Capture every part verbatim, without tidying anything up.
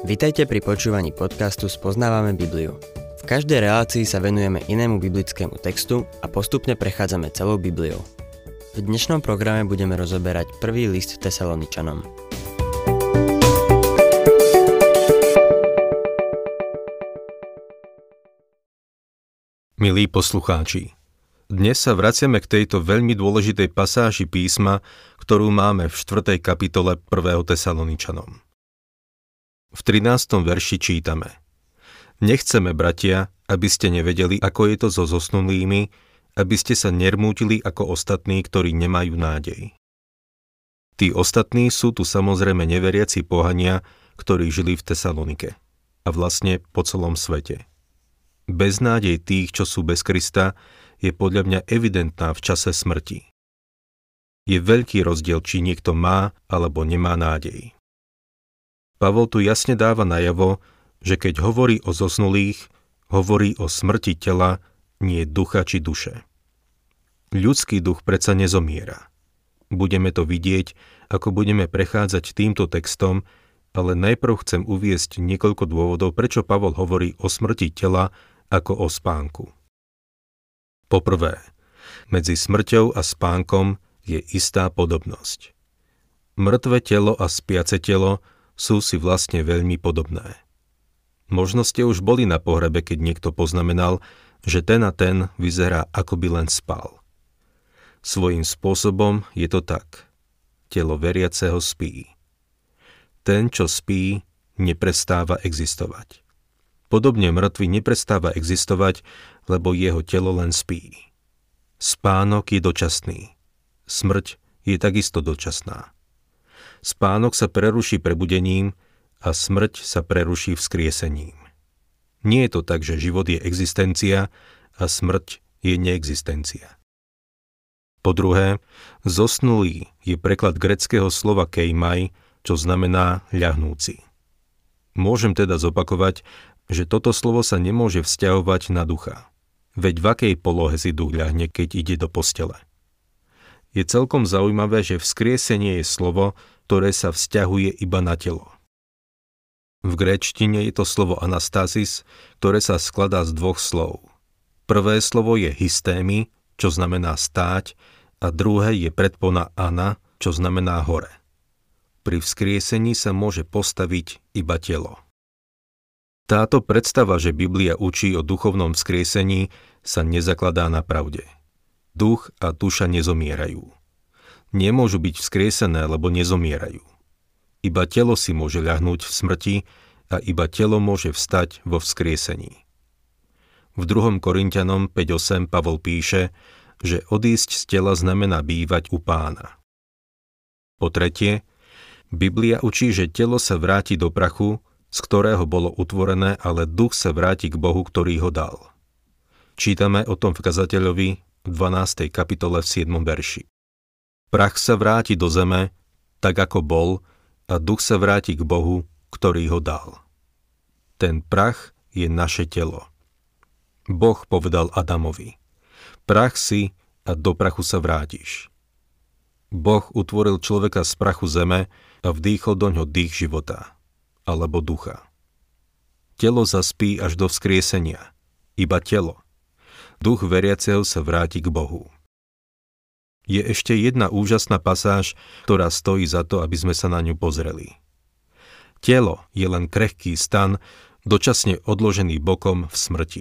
Vitajte pri počúvaní podcastu Spoznávame Bibliu. V každej relácii sa venujeme inému biblickému textu a postupne prechádzame celou Bibliou. V dnešnom programe budeme rozoberať prvý list Tesaloničanom. Milí poslucháči, dnes sa vraciame k tejto veľmi dôležitej pasáži písma, ktorú máme v štvrtej kapitole prvého Tesaloničanom. V trinástom verši čítame: Nechceme, bratia, aby ste nevedeli, ako je to so zosnulými, aby ste sa nermútili ako ostatní, ktorí nemajú nádej. Tí ostatní sú tu samozrejme neveriaci pohania, ktorí žili v Tesalonike a vlastne po celom svete. Beznádej tých, čo sú bez Krista, je podľa mňa evidentná v čase smrti. Je veľký rozdiel, či niekto má alebo nemá nádej. Pavol tu jasne dáva najavo, že keď hovorí o zosnulých, hovorí o smrti tela, nie ducha či duše. Ľudský duch predsa nezomiera. Budeme to vidieť, ako budeme prechádzať týmto textom, ale najprv chcem uviesť niekoľko dôvodov, prečo Pavol hovorí o smrti tela ako o spánku. Poprvé, medzi smrťou a spánkom je istá podobnosť. Mŕtve telo a spiace telo sú si vlastne veľmi podobné. Možno ste už boli na pohrebe, keď niekto poznamenal, že ten a ten vyzerá, ako by len spal. Svojím spôsobom je to tak. Telo veriaceho spí. Ten, čo spí, neprestáva existovať. Podobne mŕtvy neprestáva existovať, lebo jeho telo len spí. Spánok je dočasný. Smrť je takisto dočasná. Spánok sa preruší prebudením a smrť sa preruší vzkriesením. Nie je to tak, že život je existencia a smrť je neexistencia. Po druhé, zosnulý je preklad gréckeho slova keimai, čo znamená ľahnúci. Môžem teda zopakovať, že toto slovo sa nemôže vzťahovať na ducha. Veď v akej polohe si duch ľahne, keď ide do postele? Je celkom zaujímavé, že vzkriesenie je slovo, ktoré sa vzťahuje iba na telo. V gréčtine je to slovo anastasis, ktoré sa skladá z dvoch slov. Prvé slovo je hystémy, čo znamená stáť, a druhé je predpona ana, čo znamená hore. Pri vzkriesení sa môže postaviť iba telo. Táto predstava, že Biblia učí o duchovnom vzkriesení, sa nezakladá na pravde. Duch a duša nezomierajú. Nemôžu byť vzkriesené, lebo nezomierajú. Iba telo si môže ľahnúť v smrti a iba telo môže vstať vo vzkriesení. V druhom Korinťanom päť osem Pavol píše, že odísť z tela znamená bývať u Pána. Po tretie, Biblia učí, že telo sa vráti do prachu, z ktorého bolo utvorené, ale duch sa vráti k Bohu, ktorý ho dal. Čítame o tom v Kazateľovi v dvanástej kapitole v siedmom verši. Prach sa vráti do zeme, tak ako bol, a duch sa vráti k Bohu, ktorý ho dal. Ten prach je naše telo. Boh povedal Adamovi: Prach si a do prachu sa vrátiš. Boh utvoril človeka z prachu zeme a vdýchol doňho dých života, alebo ducha. Telo zaspí až do vzkriesenia. Iba telo. Duch veriaceho sa vráti k Bohu. Je ešte jedna úžasná pasáž, ktorá stojí za to, aby sme sa na ňu pozreli. Telo je len krehký stan, dočasne odložený bokom v smrti.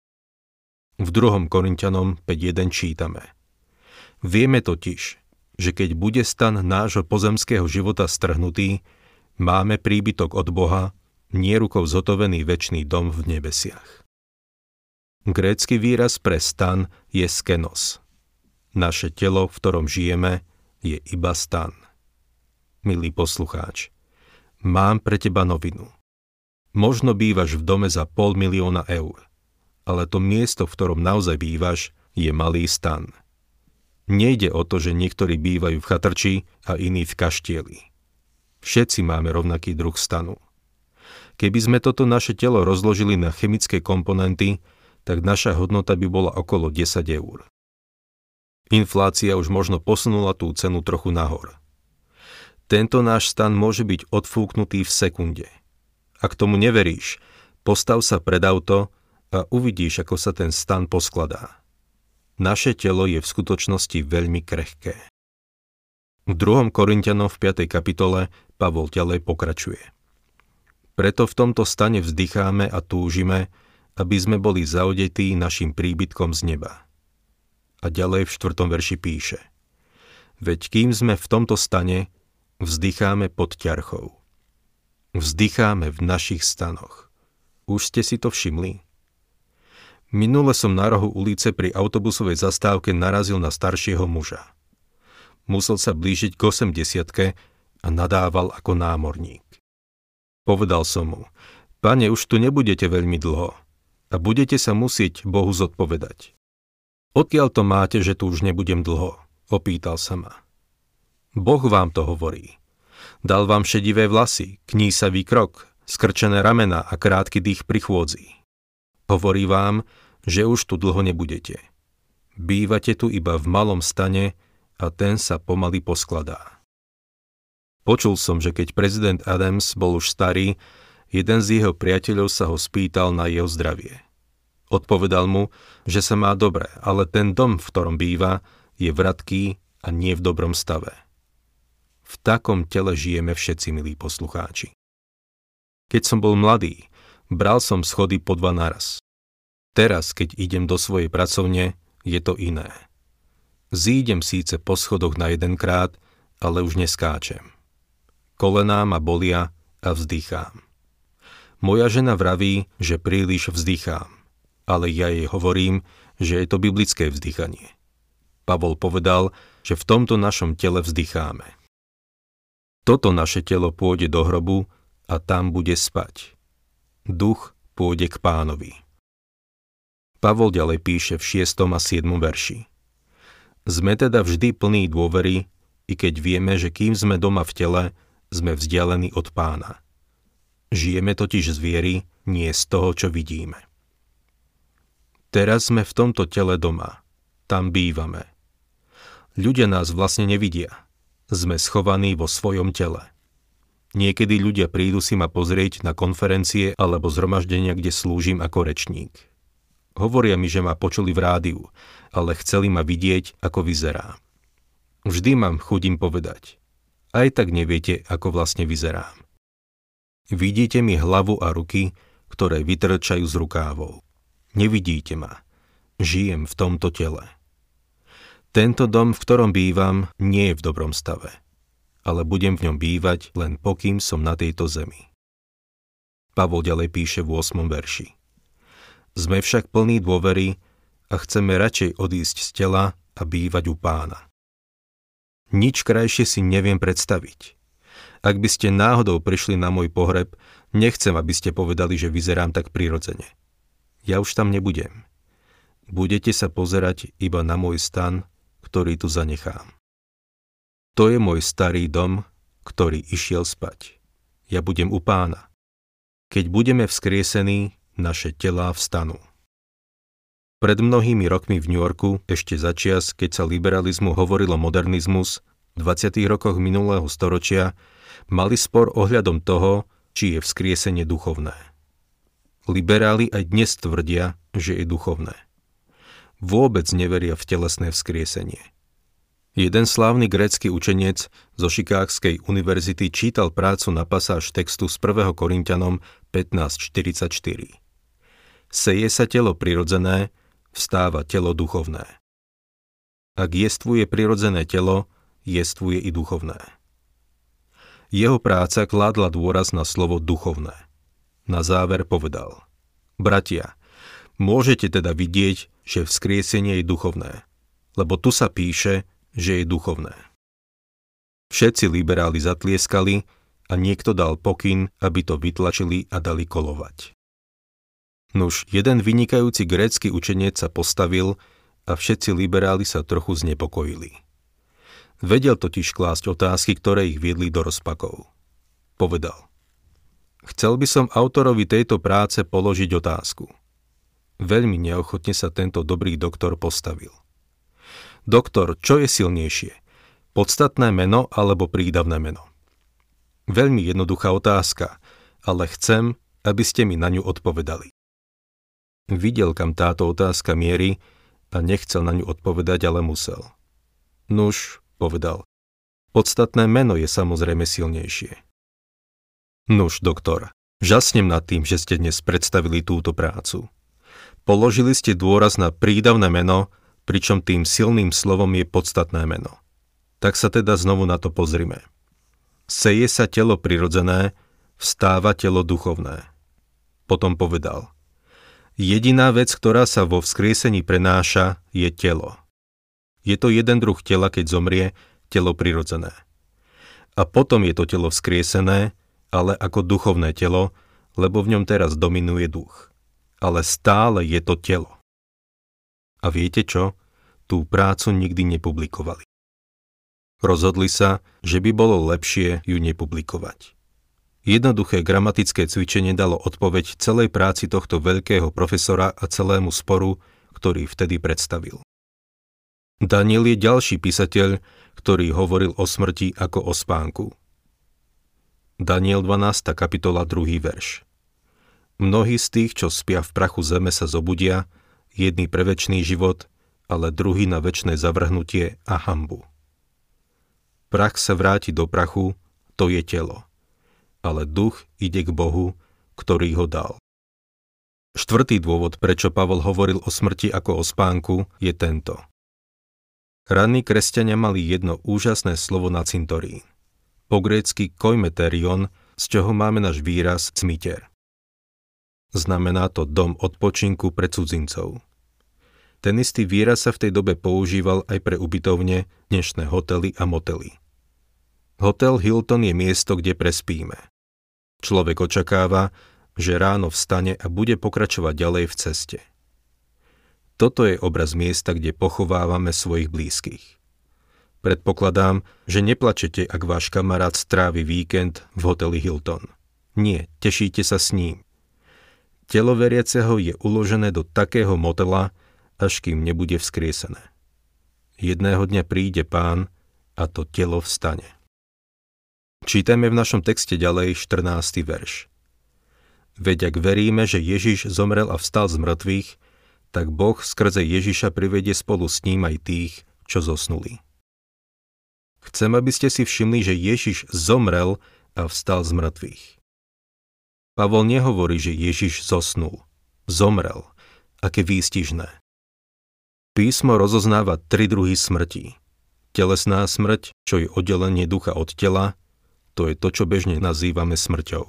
V druhom Korinťanom päť jeden čítame: Vieme totiž, že keď bude stan nášho pozemského života strhnutý, máme príbytok od Boha, nie rukou zhotovený večný dom v nebesiach. Grécky výraz pre stan je skenos. Naše telo, v ktorom žijeme, je iba stan. Milý poslucháč, mám pre teba novinu. Možno bývaš v dome za pol milióna eur, ale to miesto, v ktorom naozaj bývaš, je malý stan. Nejde o to, že niektorí bývajú v chatrči a iní v kaštieli. Všetci máme rovnaký druh stanu. Keby sme toto naše telo rozložili na chemické komponenty, tak naša hodnota by bola okolo desať eur. Inflácia už možno posunula tú cenu trochu nahor. Tento náš stan môže byť odfúknutý v sekunde. Ak tomu neveríš, postav sa pred auto a uvidíš, ako sa ten stan poskladá. Naše telo je v skutočnosti veľmi krehké. V druhom Korinťanom v piatej kapitole Pavol ďalej pokračuje. Preto v tomto stane vzdycháme a túžime, aby sme boli zaodetí našim príbytkom z neba. A ďalej v štvrtom verši píše: Veď kým sme v tomto stane, vzdycháme pod ťarchou. Vzdycháme v našich stanoch. Už ste si to všimli? Minule som na rohu ulice pri autobusovej zastávke narazil na staršieho muža. Musel sa blížiť k osemdesiatke a nadával ako námorník. Povedal som mu: Pane, už tu nebudete veľmi dlho a budete sa musieť Bohu zodpovedať. Odkiaľ to máte, že tu už nebudem dlho? Opýtal sa ma. Boh vám to hovorí. Dal vám šedivé vlasy, knísavý krok, skrčené ramena a krátky dých pri chôdzi. Hovorí vám, že už tu dlho nebudete. Bývate tu iba v malom stane a ten sa pomaly poskladá. Počul som, že keď prezident Adams bol už starý, jeden z jeho priateľov sa ho spýtal na jeho zdravie. Odpovedal mu, že sa má dobre, ale ten dom, v ktorom býva, je vratký a nie v dobrom stave. V takom tele žijeme všetci, milí poslucháči. Keď som bol mladý, bral som schody po dva naraz. Teraz, keď idem do svojej pracovne, je to iné. Zídem síce po schodoch na jedenkrát, ale už neskáčem. Kolená ma bolia a vzdychám. Moja žena vraví, že príliš vzdychám, ale ja jej hovorím, že je to biblické vzdychanie. Pavol povedal, že v tomto našom tele vzdycháme. Toto naše telo pôjde do hrobu a tam bude spať. Duch pôjde k Pánovi. Pavol ďalej píše v šiestom a siedmom verši. Sme teda vždy plní dôvery, i keď vieme, že kým sme doma v tele, sme vzdialení od Pána. Žijeme totiž z viery, nie z toho, čo vidíme. Teraz sme v tomto tele doma. Tam bývame. Ľudia nás vlastne nevidia. Sme schovaní vo svojom tele. Niekedy ľudia prídu si ma pozrieť na konferencie alebo zhromaždenia, kde slúžim ako rečník. Hovoria mi, že ma počuli v rádiu, ale chceli ma vidieť, ako vyzerám. Vždy mám chuť im povedať. Aj tak neviete, ako vlastne vyzerám. Vidíte mi hlavu a ruky, ktoré vytrčajú z rukávov. Nevidíte ma. Žijem v tomto tele. Tento dom, v ktorom bývam, nie je v dobrom stave, ale budem v ňom bývať len pokým som na tejto zemi. Pavol ďalej píše v ôsmom verši. Sme však plní dôvery a chceme radšej odísť z tela a bývať u Pána. Nič krajšie si neviem predstaviť. Ak by ste náhodou prišli na môj pohreb, nechcem, aby ste povedali, že vyzerám tak prirodzene. Ja už tam nebudem. Budete sa pozerať iba na môj stan, ktorý tu zanechám. To je môj starý dom, ktorý išiel spať. Ja budem u Pána. Keď budeme vzkriesení, naše telá vstanú. Pred mnohými rokmi v New Yorku, ešte začias, keď sa liberalizmu hovorilo modernizmus, v dvadsiatych rokoch minulého storočia, mali spor ohľadom toho, či je vzkriesenie duchovné. Liberáli aj dnes tvrdia, že je duchovné. Vôbec neveria v telesné vzkriesenie. Jeden slávny grécky učenec zo Chicagskej univerzity čítal prácu na pasáž textu z prvého Korinťanom pätnásť štyridsaťštyri. Seje sa telo prirodzené, vstáva telo duchovné. Ak jestvuje prirodzené telo, jestvuje i duchovné. Jeho práca kládla dôraz na slovo duchovné. Na záver povedal: Bratia, môžete teda vidieť, že vzkriesenie je duchovné, lebo tu sa píše, že je duchovné. Všetci liberáli zatlieskali a niekto dal pokyn, aby to vytlačili a dali kolovať. Nuž, jeden vynikajúci grécky učenec sa postavil a všetci liberáli sa trochu znepokojili. Vedel totiž klásť otázky, ktoré ich viedli do rozpakov. Povedal: Chcel by som autorovi tejto práce položiť otázku. Veľmi neochotne sa tento dobrý doktor postavil. Doktor, čo je silnejšie? Podstatné meno alebo prídavné meno? Veľmi jednoduchá otázka, ale chcem, aby ste mi na ňu odpovedali. Videl, kam táto otázka mierí a nechcel na ňu odpovedať, ale musel. Nuž, povedal, podstatné meno je samozrejme silnejšie. Nuž, doktor, žasnem nad tým, že ste dnes predstavili túto prácu. Položili ste dôraz na prídavné meno, pričom tým silným slovom je podstatné meno. Tak sa teda znovu na to pozrime. Seje sa telo prirodzené, vstáva telo duchovné. Potom povedal, jediná vec, ktorá sa vo vzkriesení prenáša, je telo. Je to jeden druh tela, keď zomrie, telo prirodzené. A potom je to telo vzkriesené, ale ako duchovné telo, lebo v ňom teraz dominuje duch. Ale stále je to telo. A viete čo? Tú prácu nikdy nepublikovali. Rozhodli sa, že by bolo lepšie ju nepublikovať. Jednoduché gramatické cvičenie dalo odpoveď celej práci tohto veľkého profesora a celému sporu, ktorý vtedy predstavil. Daniel je ďalší písateľ, ktorý hovoril o smrti ako o spánku. Daniel dvanásta kapitola druhý verš. Mnohí z tých, čo spia v prachu zeme, sa zobudia, jedný pre večný život, ale druhý na večné zavrhnutie a hanbu. Prach sa vráti do prachu, to je telo, ale duch ide k Bohu, ktorý ho dal. Štvrtý dôvod, prečo Pavol hovoril o smrti ako o spánku, je tento. Ranní kresťania mali jedno úžasné slovo na cintorín. Po grécky koimeterion, z čoho máme náš výraz cmiter. Znamená to dom odpočinku pre cudzincov. Ten istý výraz sa v tej dobe používal aj pre ubytovne, dnešné hotely a motely. Hotel Hilton je miesto, kde prespíme. Človek očakáva, že ráno vstane a bude pokračovať ďalej v ceste. Toto je obraz miesta, kde pochovávame svojich blízkych. Predpokladám, že neplačete, ak váš kamarát strávi víkend v hoteli Hilton. Nie, tešíte sa s ním. Telo veriaceho je uložené do takého motela, až kým nebude vzkriesené. Jedného dňa príde Pán a to telo vstane. Čítajme v našom texte ďalej štrnásty verš. Veď ak veríme, že Ježiš zomrel a vstal z mŕtvych, tak Boh skrze Ježiša privedie spolu s ním aj tých, čo zosnuli. Chcem, aby ste si všimli, že Ježiš zomrel a vstal z mŕtvych. Pavol nehovorí, že Ježiš zosnul. Zomrel. Aké výstižné. Písmo rozoznáva tri druhy smrti. Telesná smrť, čo je oddelenie ducha od tela, to je to, čo bežne nazývame smrťou.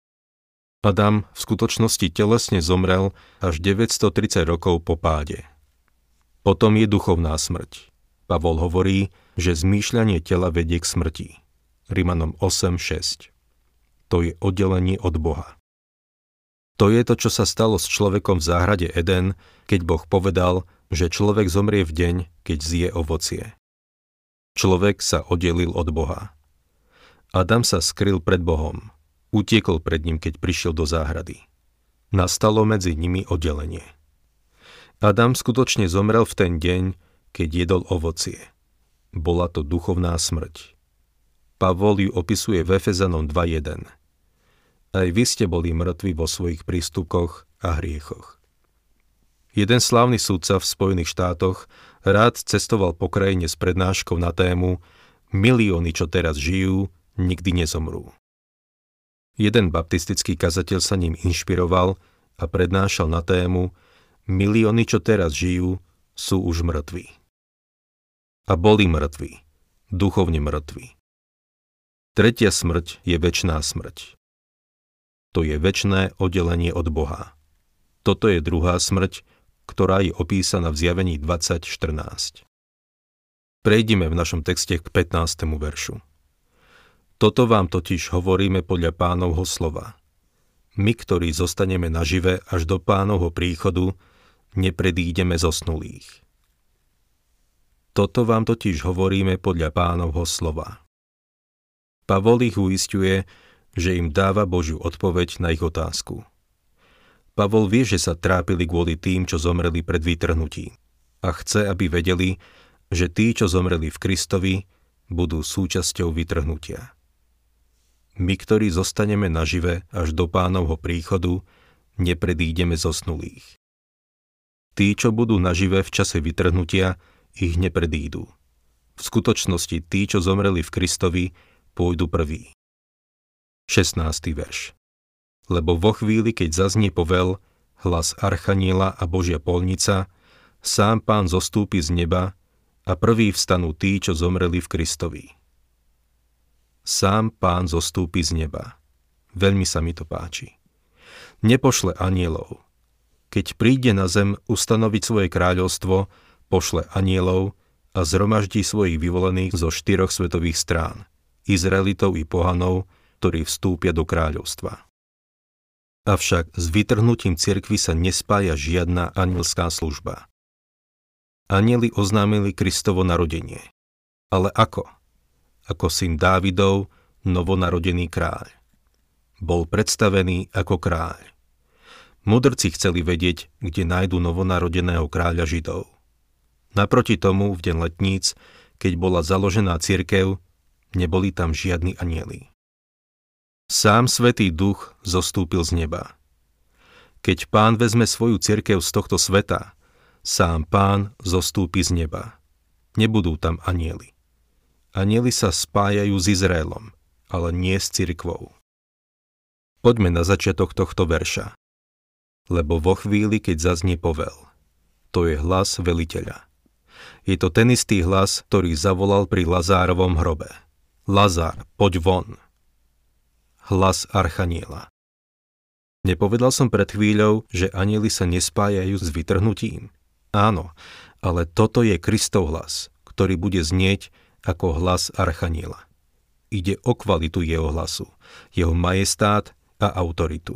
Adam v skutočnosti telesne zomrel až deväťstotridsať rokov po páde. Potom je duchovná smrť. Pavol hovorí, že zmýšľanie tela vedie k smrti. Rimanom osem šesť. To je oddelenie od Boha. To je to, čo sa stalo s človekom v záhrade Eden, keď Boh povedal, že človek zomrie v deň, keď zje ovocie. Človek sa oddelil od Boha. Adam sa skryl pred Bohom. Utiekol pred ním, keď prišiel do záhrady. Nastalo medzi nimi oddelenie. Adam skutočne zomrel v ten deň, keď jedol ovocie. Bola to duchovná smrť. Pavol ju opisuje v Efezanom dva jeden. Aj vy ste boli mŕtvi vo svojich prístupkoch a hriechoch. Jeden slávny sudca v Spojených štátoch rád cestoval po krajine s prednáškou na tému Milióny, čo teraz žijú, nikdy nezomrú. Jeden baptistický kazateľ sa ním inšpiroval a prednášal na tému Milióny, čo teraz žijú, sú už mŕtvi. A boli mŕtvi, duchovne mŕtvi. Tretia smrť je večná smrť. To je večné oddelenie od Boha. Toto je druhá smrť, ktorá je opísaná v Zjavení dvadsať štrnásť. Prejdime v našom texte k pätnástemu veršu. Toto vám totiž hovoríme podľa Pánovho slova. My, ktorí zostaneme nažive až do Pánovho príchodu, nepredídeme zosnulých. Toto vám totiž hovoríme podľa Pánovho slova. Pavol ich uisťuje, že im dáva Božiu odpoveď na ich otázku. Pavol vie, že sa trápili kvôli tým, čo zomreli pred vytrhnutím a chce, aby vedeli, že tí, čo zomreli v Kristovi, budú súčasťou vytrhnutia. My, ktorí zostaneme nažive až do Pánovho príchodu, nepredídeme zosnulých. Tí, čo budú nažive v čase vytrhnutia, ich nepredídu. V skutočnosti tí, čo zomreli v Kristovi, pôjdu prví. šestnásty verš. Lebo vo chvíli, keď zaznie povel, hlas archaniela a Božia polnica, sám Pán zostúpi z neba a prví vstanú tí, čo zomreli v Kristovi. Sám Pán zostúpi z neba. Veľmi sa mi to páči. Nepošle anielov. Keď príde na zem ustanoviť svoje kráľovstvo, pošle anielov a zhromaždí svojich vyvolených zo štyroch svetových strán, Izraelitov i pohanov, ktorí vstúpia do kráľovstva. Avšak s vytrhnutím cirkvi sa nespája žiadna anielská služba. Anjeli oznámili Kristovo narodenie. Ale ako? Ako syn Dávidov, novonarodený kráľ. Bol predstavený ako kráľ. Mudrci chceli vedieť, kde nájdu novonarodeného kráľa Židov. Naproti tomu, v deň letníc, keď bola založená cirkev, neboli tam žiadni anjeli. Sám Svätý Duch zostúpil z neba. Keď Pán vezme svoju cirkev z tohto sveta, sám Pán zostúpi z neba. Nebudú tam anjeli. Anjeli sa spájajú s Izraelom, ale nie s cirkvou. Poďme na začiatok tohto verša. Lebo vo chvíli, keď zaznie povel, to je hlas veliteľa. Je to ten istý hlas, ktorý zavolal pri Lazárovom hrobe. Lazár, poď von. Hlas archaniela. Nepovedal som pred chvíľou, že anjeli sa nespájajú s vytrhnutím? Áno, ale toto je Kristov hlas, ktorý bude znieť ako hlas archaniela. Ide o kvalitu jeho hlasu, jeho majestát a autoritu.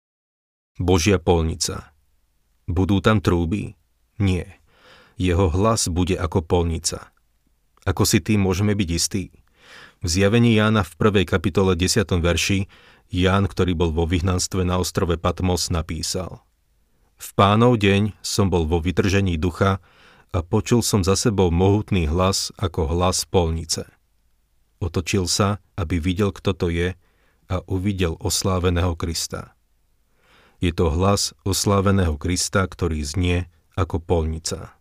Božia polnica. Budú tam trúby? Nie. Jeho hlas bude ako polnica. Ako si tým môžeme byť istí? V zjavení Jána v prvej kapitole desiatom verši Ján, ktorý bol vo vyhnanstve na ostrove Patmos, napísal: V Pánov deň som bol vo vytržení ducha a počul som za sebou mohutný hlas ako hlas polnice. Otočil sa, aby videl, kto to je, a uvidel osláveného Krista. Je to hlas osláveného Krista, ktorý znie ako polnica.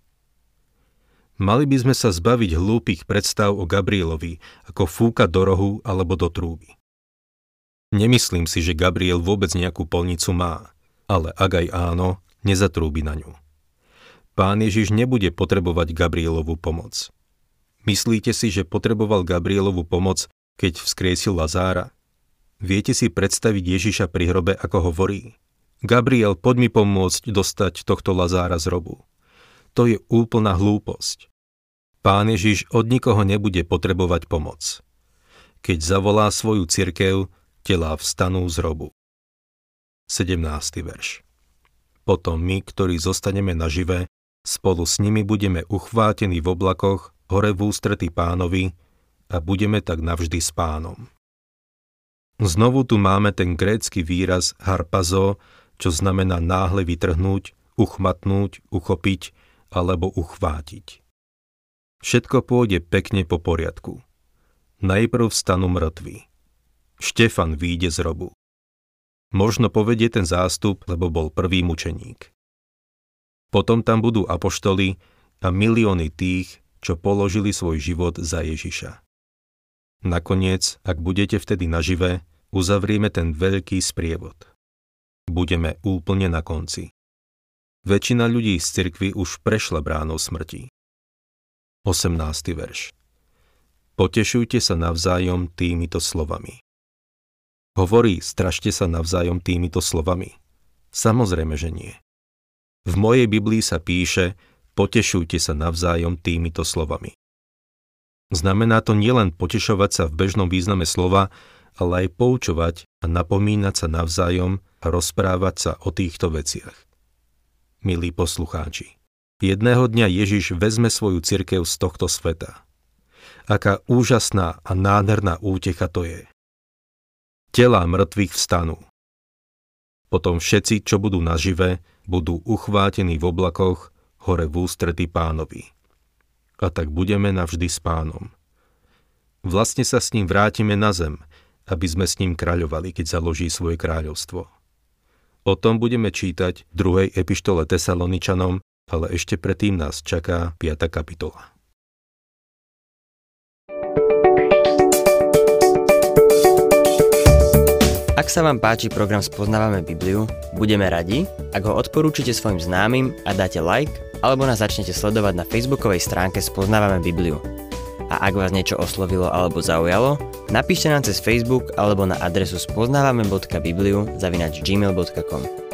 Mali by sme sa zbaviť hlúpych predstav o Gabrielovi, ako fúka do rohu alebo do trúby. Nemyslím si, že Gabriel vôbec nejakú polnicu má, ale ak aj áno, nezatrúbi na ňu. Pán Ježiš nebude potrebovať Gabrielovú pomoc. Myslíte si, že potreboval Gabrielovú pomoc, keď vzkriesil Lazára? Viete si predstaviť Ježiša pri hrobe, ako hovorí: Gabriel, poď mi pomôcť dostať tohto Lazára z hrobu. To je úplná hlúposť. Pán Ježiš od nikoho nebude potrebovať pomoc. Keď zavolá svoju cirkev, telá vstanú z hrobu. sedemnásty verš. Potom my, ktorí zostaneme nažive, spolu s nimi budeme uchvátení v oblakoch hore v ústrety Pánovi a budeme tak navždy s Pánom. Znovu tu máme ten grécky výraz harpazo, čo znamená náhle vytrhnúť, uchmatnúť, uchopiť alebo uchvátiť. Všetko pôjde pekne po poriadku. Najprv vstanú mŕtvi. Štefan vyjde z hrobu. Možno povedie ten zástup, lebo bol prvý mučeník. Potom tam budú apoštoli a milióny tých, čo položili svoj život za Ježiša. Nakoniec, ak budete vtedy nažive, uzavrieme ten veľký sprievod. Budeme úplne na konci. Väčšina ľudí z cirkvi už prešla bránou smrti. osemnásty verš. Potešujte sa navzájom týmito slovami. Hovorí, strašte sa navzájom týmito slovami? Samozrejme, že nie. V mojej Biblii sa píše, potešujte sa navzájom týmito slovami. Znamená to nielen potešovať sa v bežnom význame slova, ale aj poučovať a napomínať sa navzájom a rozprávať sa o týchto veciach. Milí poslucháči, jedného dňa Ježiš vezme svoju cirkev z tohto sveta. Aká úžasná a nádherná útecha to je. Telá mŕtvych vstanú. Potom všetci, čo budú nažive, budú uchvátení v oblakoch hore v ústrety Pánovi. A tak budeme navždy s Pánom. Vlastne sa s ním vrátime na zem aby sme s ním kráľovali, keď založí svoje kráľovstvo. O tom budeme čítať v druhej epištole Tesaloničanom, ale ešte predtým nás čaká piata kapitola. Ak sa vám páči program Spoznávame Bibliu, budeme radi, ak ho odporúčite svojim známym a dáte like, alebo nás začnete sledovať na facebookovej stránke Spoznávame Bibliu. A ak vás niečo oslovilo alebo zaujalo, napíšte nám cez Facebook alebo na adresu spoznávame bodka bibliu zavináč gmail bodka com.